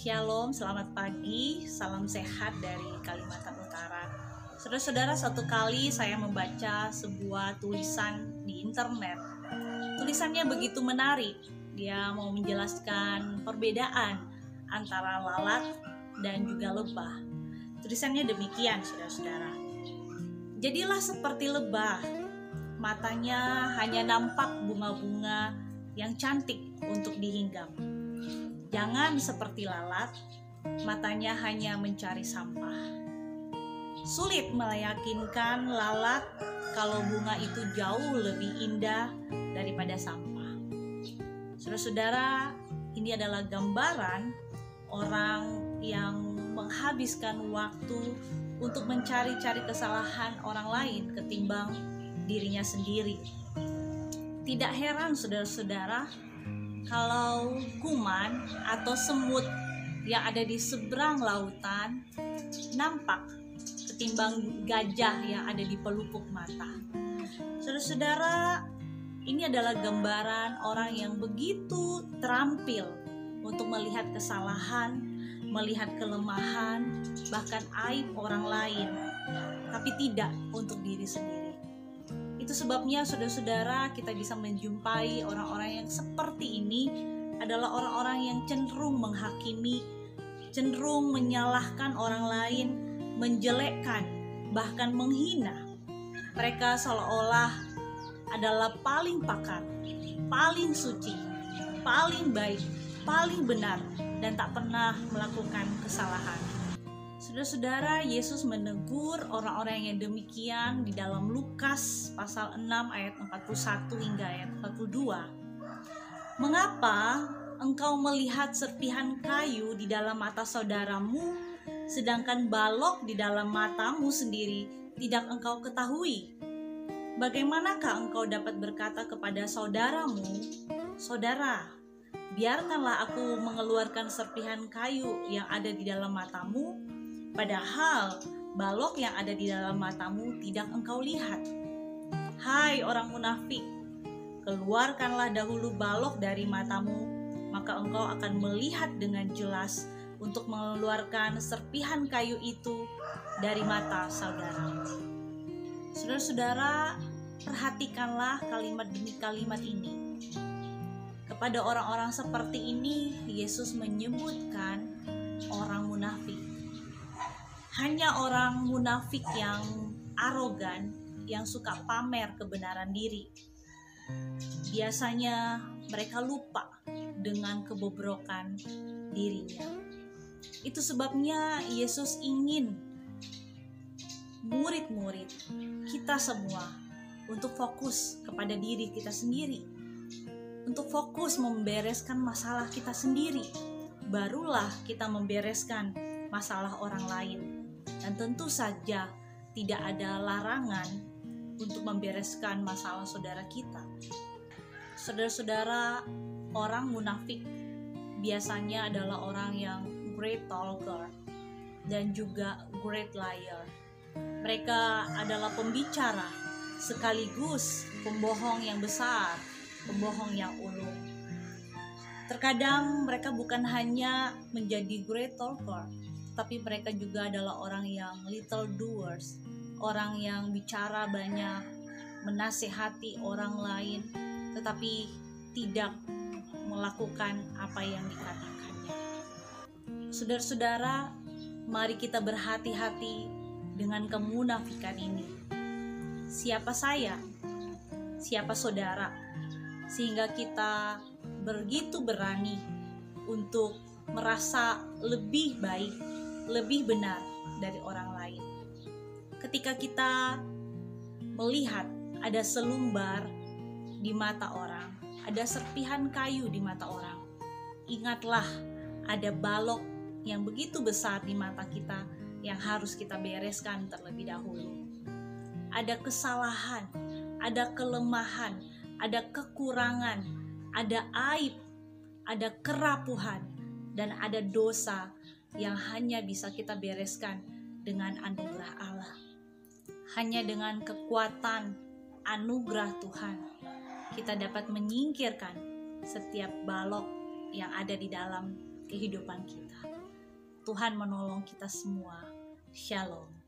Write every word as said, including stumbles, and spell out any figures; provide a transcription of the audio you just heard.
Shalom, selamat pagi, salam sehat dari Kalimantan Utara. Saudara-saudara, satu kali saya membaca sebuah tulisan di internet. Tulisannya begitu menarik. Dia mau menjelaskan perbedaan antara lalat dan juga lebah. Tulisannya demikian, saudara-saudara. Jadilah seperti lebah, matanya hanya nampak bunga-bunga yang cantik untuk dihinggap. Jangan seperti lalat, matanya hanya mencari sampah. Sulit meyakinkan lalat kalau bunga itu jauh lebih indah daripada sampah. Saudara-saudara, ini adalah gambaran orang yang menghabiskan waktu untuk mencari-cari kesalahan orang lain ketimbang dirinya sendiri. Tidak heran saudara-saudara kalau kuman atau semut yang ada di seberang lautan nampak ketimbang gajah yang ada di pelupuk mata. Saudara-saudara, ini adalah gambaran orang yang begitu terampil untuk melihat kesalahan, melihat kelemahan, bahkan aib orang lain, tapi tidak untuk diri sendiri. Itu sebabnya saudara-saudara, kita bisa menjumpai orang-orang yang seperti ini adalah orang-orang yang cenderung menghakimi, cenderung menyalahkan orang lain, menjelekkan, bahkan menghina. Mereka seolah-olah adalah paling pakar, paling suci, paling baik, paling benar, dan tak pernah melakukan kesalahan. Saudara-saudara, Yesus menegur orang-orang yang demikian di dalam Lukas pasal enam ayat empat puluh satu hingga ayat empat puluh dua. Mengapa engkau melihat serpihan kayu di dalam mata saudaramu, sedangkan balok di dalam matamu sendiri tidak engkau ketahui? Bagaimanakah engkau dapat berkata kepada saudaramu, "Saudara, biarkanlah aku mengeluarkan serpihan kayu yang ada di dalam matamu," padahal balok yang ada di dalam matamu tidak engkau lihat. Hai orang munafik, keluarkanlah dahulu balok dari matamu, maka engkau akan melihat dengan jelas untuk mengeluarkan serpihan kayu itu dari mata saudaramu. Saudara-saudara, perhatikanlah kalimat demi kalimat ini. Kepada orang-orang seperti ini, Yesus menyebutkan orang munafik. Hanya orang munafik yang arogan, yang suka pamer kebenaran diri. Biasanya mereka lupa dengan kebobrokan dirinya. Itu sebabnya Yesus ingin murid-murid kita semua untuk fokus kepada diri kita sendiri, untuk fokus membereskan masalah kita sendiri, barulah kita membereskan masalah orang lain. Dan tentu saja tidak ada larangan untuk membereskan masalah saudara kita. Saudara-saudara, orang munafik biasanya adalah orang yang great talker dan juga great liar. Mereka adalah pembicara sekaligus pembohong yang besar, pembohong yang ulung. Terkadang mereka bukan hanya menjadi great talker, tapi mereka juga adalah orang yang little doers, orang yang bicara banyak, menasehati orang lain, tetapi tidak melakukan apa yang dikatakannya. Saudara-saudara, mari kita berhati-hati dengan kemunafikan ini. Siapa saya? Siapa saudara? Sehingga kita begitu berani untuk merasa lebih baik, lebih benar dari orang lain. Ketika kita melihat ada selumbar di mata orang, ada serpihan kayu di mata orang, ingatlah ada balok yang begitu besar di mata kita yang harus kita bereskan terlebih dahulu. Ada kesalahan, ada kelemahan, ada kekurangan, ada aib, ada kerapuhan, dan ada dosa yang hanya bisa kita bereskan dengan anugerah Allah. Hanya dengan kekuatan anugerah Tuhan kita dapat menyingkirkan setiap balok yang ada di dalam kehidupan kita. Tuhan menolong kita semua. Shalom.